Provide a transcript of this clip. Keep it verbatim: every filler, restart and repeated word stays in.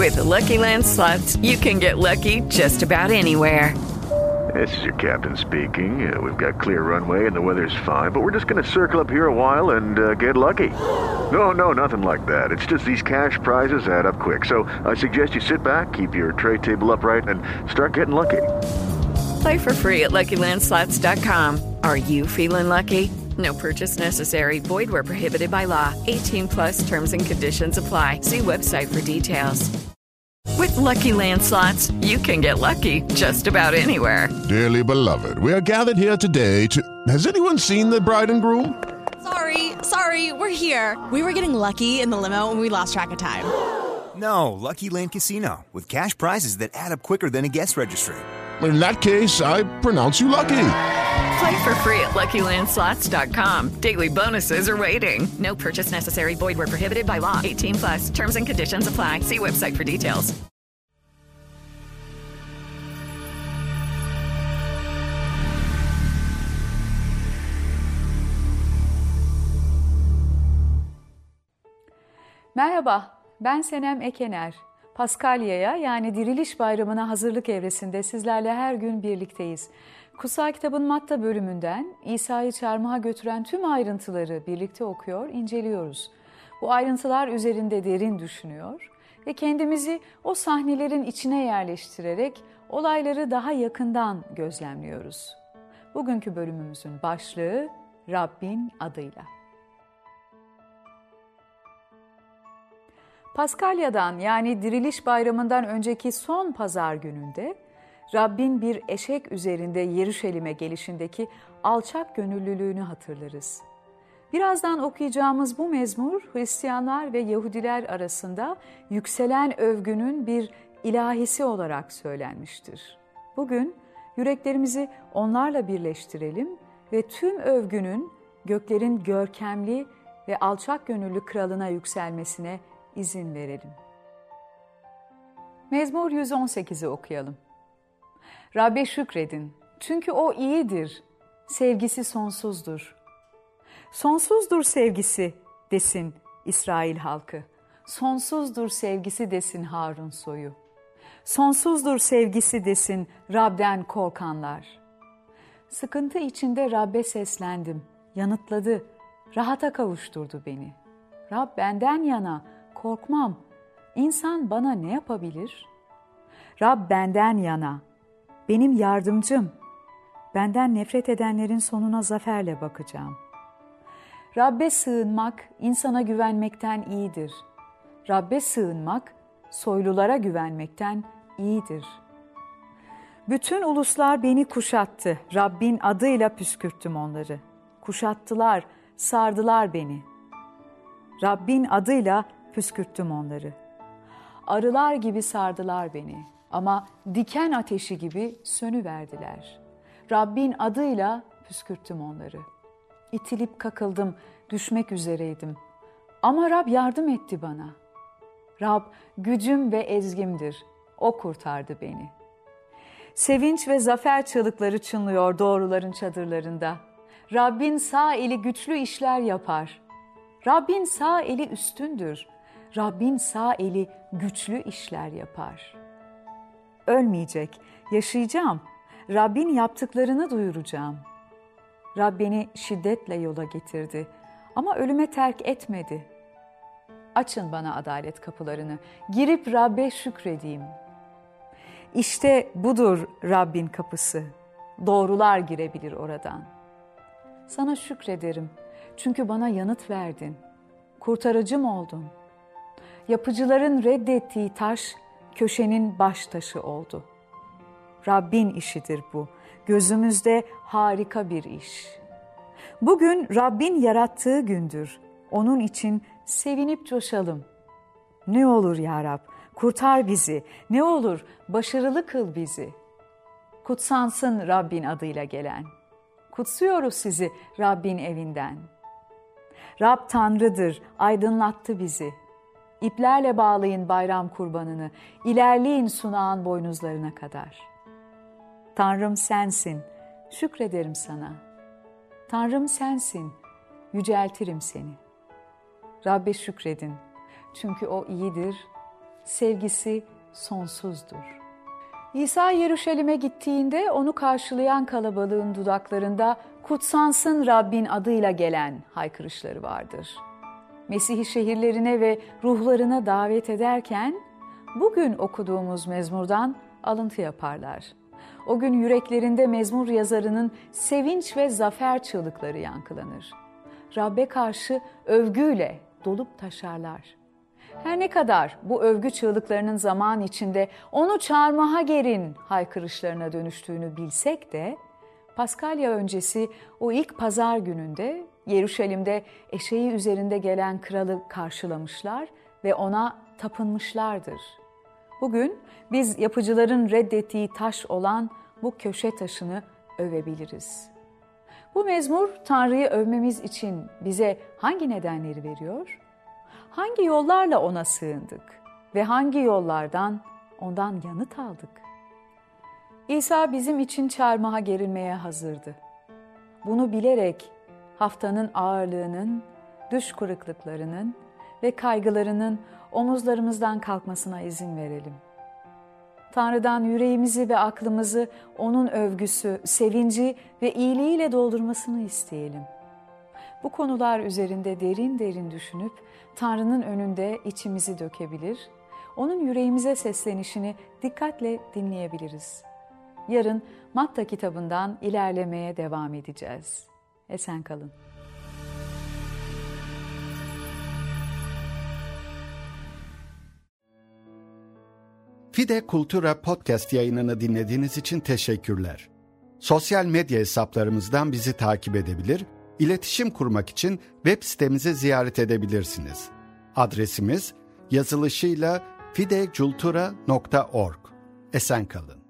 With the Lucky Land Slots, you can get lucky just about anywhere. This is your captain speaking. Uh, we've got clear runway and the weather's fine, but we're just going to circle up here a while and uh, get lucky. No, no, nothing like that. It's just these cash prizes add up quick. So I suggest you sit back, keep your tray table upright, and start getting lucky. Play for free at Lucky Land Slots dot com. Are you feeling lucky? No purchase necessary. Void where prohibited by law. eighteen plus terms and conditions apply. See website for details. With Lucky Land Slots, you can get lucky just about anywhere. Dearly beloved, we are gathered here today to... Has anyone seen the bride and groom? Sorry, sorry, we're here. We were getting lucky in the limo and we lost track of time. No, Lucky Land Casino, with cash prizes that add up quicker than a guest registry. In that case, I pronounce you lucky. Play for free at Lucky Land Slots dot com. Daily bonuses are waiting. No purchase necessary. Void where prohibited by law. eighteen plus. Terms and conditions apply. See website for details. Merhaba, ben Senem Ekener. Paskalya'ya yani Diriliş Bayramı'na hazırlık evresinde sizlerle her gün birlikteyiz. Kutsal Kitabın Matta bölümünden İsa'yı çarmıha götüren tüm ayrıntıları birlikte okuyor, inceliyoruz. Bu ayrıntılar üzerinde derin düşünüyor ve kendimizi o sahnelerin içine yerleştirerek olayları daha yakından gözlemliyoruz. Bugünkü bölümümüzün başlığı Rabbin adıyla. Paskalya'dan yani Diriliş Bayramı'ndan önceki son pazar gününde Rabbin bir eşek üzerinde Yeruşalim'e gelişindeki alçak gönüllülüğünü hatırlarız. Birazdan okuyacağımız bu mezmur Hristiyanlar ve Yahudiler arasında yükselen övgünün bir ilahisi olarak söylenmiştir. Bugün yüreklerimizi onlarla birleştirelim ve tüm övgünün göklerin görkemli ve alçak gönüllü kralına yükselmesine izin verelim. Mezmur yüz on sekizi okuyalım. Rabbe şükredin, çünkü O iyidir, sevgisi sonsuzdur. Sonsuzdur sevgisi desin İsrail halkı, sonsuzdur sevgisi desin Harun soyu. Sonsuzdur sevgisi desin Rab'den korkanlar. Sıkıntı içinde Rab'be seslendim, yanıtladı, rahata kavuşturdu beni. Rab benden yana, korkmam. İnsan bana ne yapabilir? Rab benden yana, benim yardımcım. Benden nefret edenlerin sonuna zaferle bakacağım. Rabbe sığınmak, insana güvenmekten iyidir. Rabbe sığınmak, soylulara güvenmekten iyidir. Bütün uluslar beni kuşattı. Rabbin adıyla püskürttüm onları. Kuşattılar, sardılar beni. Rabbin adıyla püskürttüm onları. Arılar gibi sardılar beni ama diken ateşi gibi sönüverdiler. Rabbin adıyla püskürttüm onları. İtilip kakıldım, düşmek üzereydim. Ama Rab yardım etti bana. Rab gücüm ve ezgimdir. O kurtardı beni. Sevinç ve zafer çığlıkları çınlıyor doğruların çadırlarında. Rabbin sağ eli güçlü işler yapar. Rabbin sağ eli üstündür. Rabbin sağ eli güçlü işler yapar. Ölmeyecek, yaşayacağım. Rabbin yaptıklarını duyuracağım. Rab beni şiddetle yola getirdi ama ölüme terk etmedi. Açın bana adalet kapılarını, girip Rabbe şükredeyim. İşte budur Rabbin kapısı. Doğrular girebilir oradan. Sana şükrederim çünkü bana yanıt verdin. Kurtarıcım oldun. Yapıcıların reddettiği taş, köşenin baş taşı oldu. Rabbin işidir bu. Gözümüzde harika bir iş. Bugün Rabbin yarattığı gündür. Onun için sevinip coşalım. Ne olur ya Rab, kurtar bizi. Ne olur başarılı kıl bizi. Kutsansın Rabbin adıyla gelen. Kutsuyoruz sizi Rabbin evinden. Rab Tanrı'dır, aydınlattı bizi. İplerle bağlayın bayram kurbanını, ilerleyin sunağın boynuzlarına kadar. Tanrım sensin, şükrederim sana. Tanrım sensin, yüceltirim seni. Rabbe şükredin, çünkü O iyidir, sevgisi sonsuzdur. İsa Yeruşalim'e gittiğinde onu karşılayan kalabalığın dudaklarında "Kutsansın Rabbin adıyla gelen" haykırışları vardır. Mesih'i şehirlerine ve ruhlarına davet ederken bugün okuduğumuz mezmurdan alıntı yaparlar. O gün yüreklerinde mezmur yazarının sevinç ve zafer çığlıkları yankılanır. Rabbe karşı övgüyle dolup taşarlar. Her ne kadar bu övgü çığlıklarının zaman içinde onu çarmıha gerin haykırışlarına dönüştüğünü bilsek de, Paskalya öncesi o ilk pazar gününde Yeruşalim'de eşeği üzerinde gelen kralı karşılamışlar ve ona tapınmışlardır. Bugün biz yapıcıların reddettiği taş olan bu köşe taşını övebiliriz. Bu mezmur Tanrı'yı övmemiz için bize hangi nedenleri veriyor? Hangi yollarla ona sığındık ve hangi yollardan ondan yanıt aldık? İsa bizim için çarmıha gerilmeye hazırdı. Bunu bilerek haftanın ağırlığının, düş kırıklıklarının ve kaygılarının omuzlarımızdan kalkmasına izin verelim. Tanrı'dan yüreğimizi ve aklımızı onun övgüsü, sevinci ve iyiliğiyle doldurmasını isteyelim. Bu konular üzerinde derin derin düşünüp Tanrı'nın önünde içimizi dökebilir, onun yüreğimize seslenişini dikkatle dinleyebiliriz. Yarın Matta kitabından ilerlemeye devam edeceğiz. Esen kalın. Fide Kultura podcast yayınını dinlediğiniz için teşekkürler. Sosyal medya hesaplarımızdan bizi takip edebilir, iletişim kurmak için web sitemizi ziyaret edebilirsiniz. Adresimiz yazılışıyla fidecultura nokta org. Esen kalın.